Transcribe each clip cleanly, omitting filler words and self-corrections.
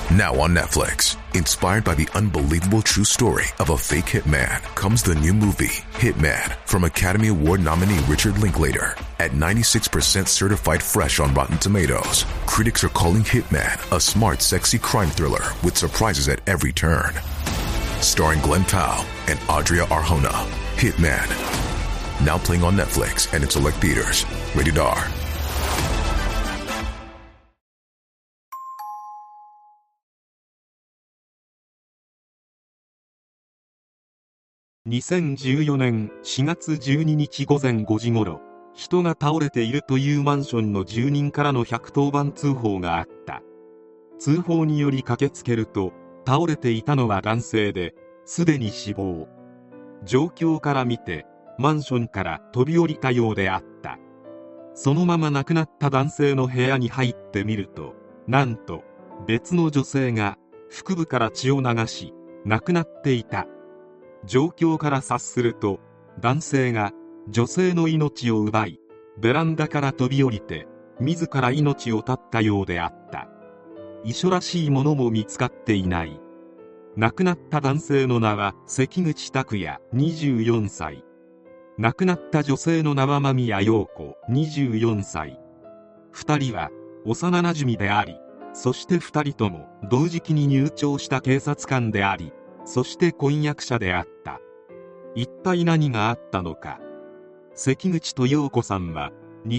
Now on Netflix, inspired by the unbelievable true story of a fake hitman, comes the new movie, Hitman, from Academy Award nominee Richard Linklater. At 96% certified fresh on Rotten Tomatoes, critics are calling Hitman a smart, sexy crime thriller with surprises at every turn. Starring Glenn Powell and Adria Arjona, Hitman. Now playing on Netflix and in select theaters. Rated R. 2014年4月12日午前5時ごろ、人が倒れているというマンションの住人からの110番通報があった。通報により駆けつけると、倒れていたのは男性で、すでに死亡。状況から見て、マンションから飛び降りたようであった。そのまま亡くなった男性の部屋に入ってみると、なんと別の女性が腹部から血を流し、亡くなっていた。状況から察すると、男性が女性の命を奪い、ベランダから飛び降りて自ら命を絶ったようであった。遺書らしいものも見つかっていない。亡くなった男性の名は関口拓也24歳。亡くなった女性の名は間宮陽子24歳。2人は幼なじみであり、そして2人とも同時期に入庁した警察官であり、そして婚約者であった。一体何があったのか。関口と陽子さんは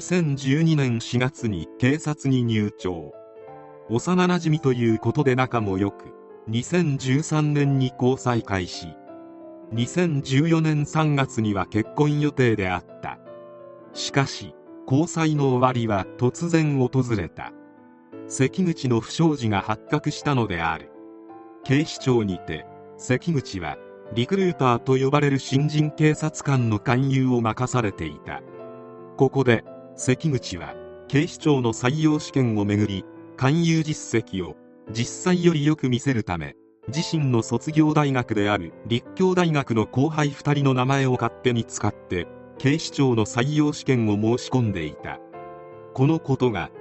2012年4月に警察に入庁。幼なじみということで仲も良く、2013年に交際開始。2014年3月には結婚予定であった。しかし交際の終わりは突然訪れた。関口の不祥事が発覚したのである。警視庁にて関口はリクルーターと呼ばれる新人警察官の勧誘を任されていた。ここで関口は警視庁の採用試験をめぐり、勧誘実績を実際よりよく見せるため、自身の卒業大学である立教大学の後輩2人の名前を勝手に使って警視庁の採用試験を申し込んでいた。このことが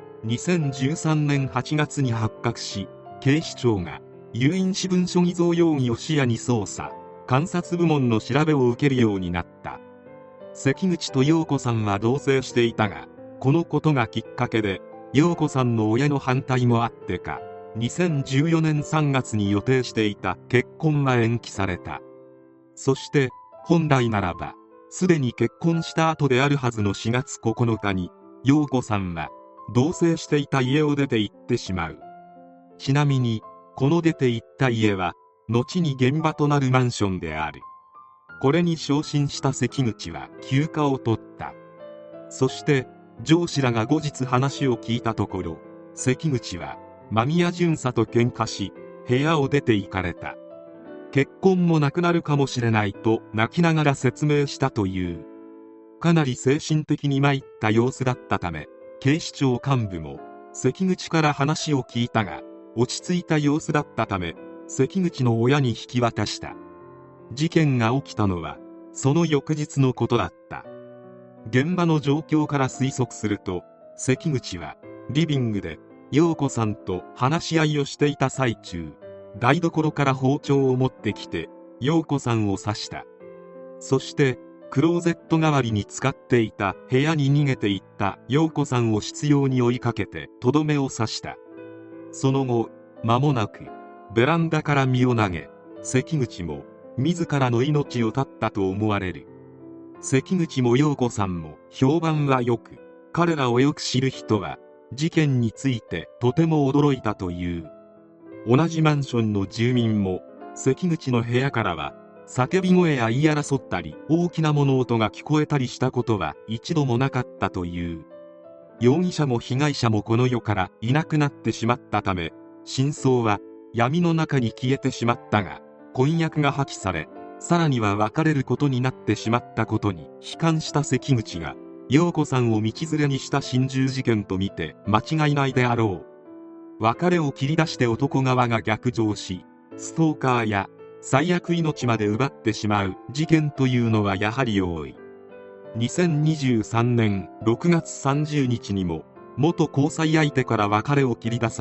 2013年8月に発覚し、警視庁が有印私文書偽造容疑を視野に捜査、監察部門の調べを受けるようになった。関口と陽子さんは同棲していたが、このことがきっかけで陽子さんの親の反対もあってか、2014年3月に予定していた結婚は延期された。そして本来ならばすでに結婚した後であるはずの4月9日に陽子さんは同棲していた家を出て行ってしまう。ちなみにこの出て行った家は後に現場となるマンションである。これに昇進した関口は休暇を取った。そして上司らが後日話を聞いたところ、関口は間宮巡査と喧嘩し部屋を出て行かれた。結婚もなくなるかもしれないと泣きながら説明したという。かなり精神的に参った様子だったため、警視庁幹部も関口から話を聞いたが落ち着いた様子だったため、関口の親に引き渡した。事件が起きたのはその翌日のことだった。現場の状況から推測すると、関口はリビングで陽子さんと話し合いをしていた最中、台所から包丁を持ってきて陽子さんを刺した。そしてクローゼット代わりに使っていた部屋に逃げていった陽子さんを執拗に追いかけてとどめを刺した。その後間もなくベランダから身を投げ、関口も自らの命を絶ったと思われる。関口も陽子さんも評判は良く、彼らをよく知る人は事件についてとても驚いたという。同じマンションの住民も関口の部屋からは叫び声や言い争ったり大きな物音が聞こえたりしたことは一度もなかったという。容疑者も被害者もこの世からいなくなってしまったため、真相は闇の中に消えてしまったが、婚約が破棄され、さらには別れることになってしまったことに悲観した関口が陽子さんを道連れにした心中事件と見て間違いないであろう。別れを切り出して男側が逆上し、ストーカーや最悪命まで奪ってしまう事件というのはやはり多い。2023年6月30日にも元交際相手から別れを切り出され、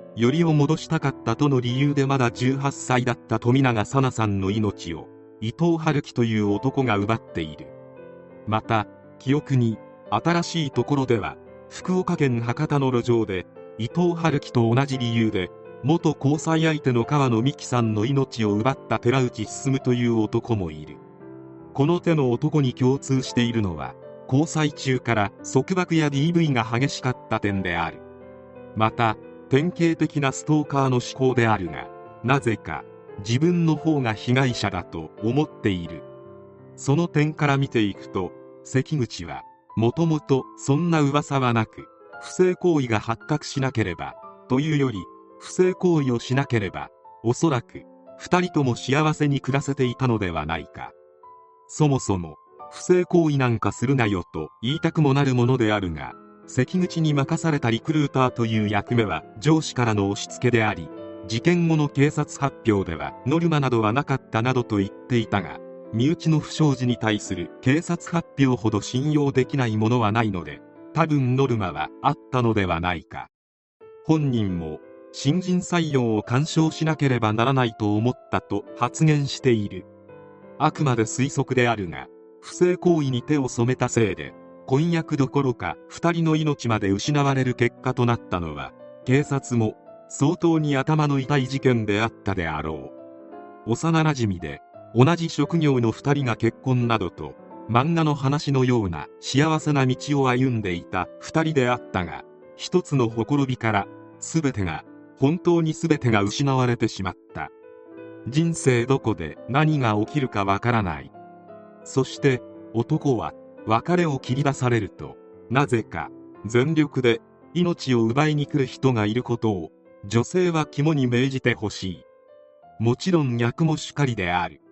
よりを戻したかったとの理由でまだ18歳だった冨永紗菜さんの命を伊藤春樹という男が奪っている。また記憶に新しいところでは、福岡県博多の路上で伊藤春樹と同じ理由で元交際相手の川野美樹さんの命を奪った寺内進という男もいる。この手の男に共通しているのは、交際中から束縛や DV が激しかった点である。また典型的なストーカーの思考であるが、なぜか自分の方が被害者だと思っている。その点から見ていくと、関口はもともとそんな噂はなく、不正行為が発覚しなければというより、不正行為をしなければおそらく2人とも幸せに暮らせていたのではないか。そもそも不正行為なんかするなよと言いたくもなるものであるが、関口に任されたリクルーターという役目は上司からの押し付けであり、事件後の警察発表ではノルマなどはなかったなどと言っていたが、身内の不祥事に対する警察発表ほど信用できないものはないので、多分ノルマはあったのではないか。本人も新人採用を干渉しなければならないと思ったと発言している。あくまで推測であるが、不正行為に手を染めたせいで婚約どころか2人の命まで失われる結果となったのは、警察も相当に頭の痛い事件であったであろう。幼なじみで同じ職業の2人が結婚などと、漫画の話のような幸せな道を歩んでいた2人であったが、一つのほころびから本当に全てが失われてしまった。人生どこで何が起きるかわからない。そして男は別れを切り出されると、なぜか全力で命を奪いに来る人がいることを女性は肝に銘じてほしい。もちろん逆もしかりである。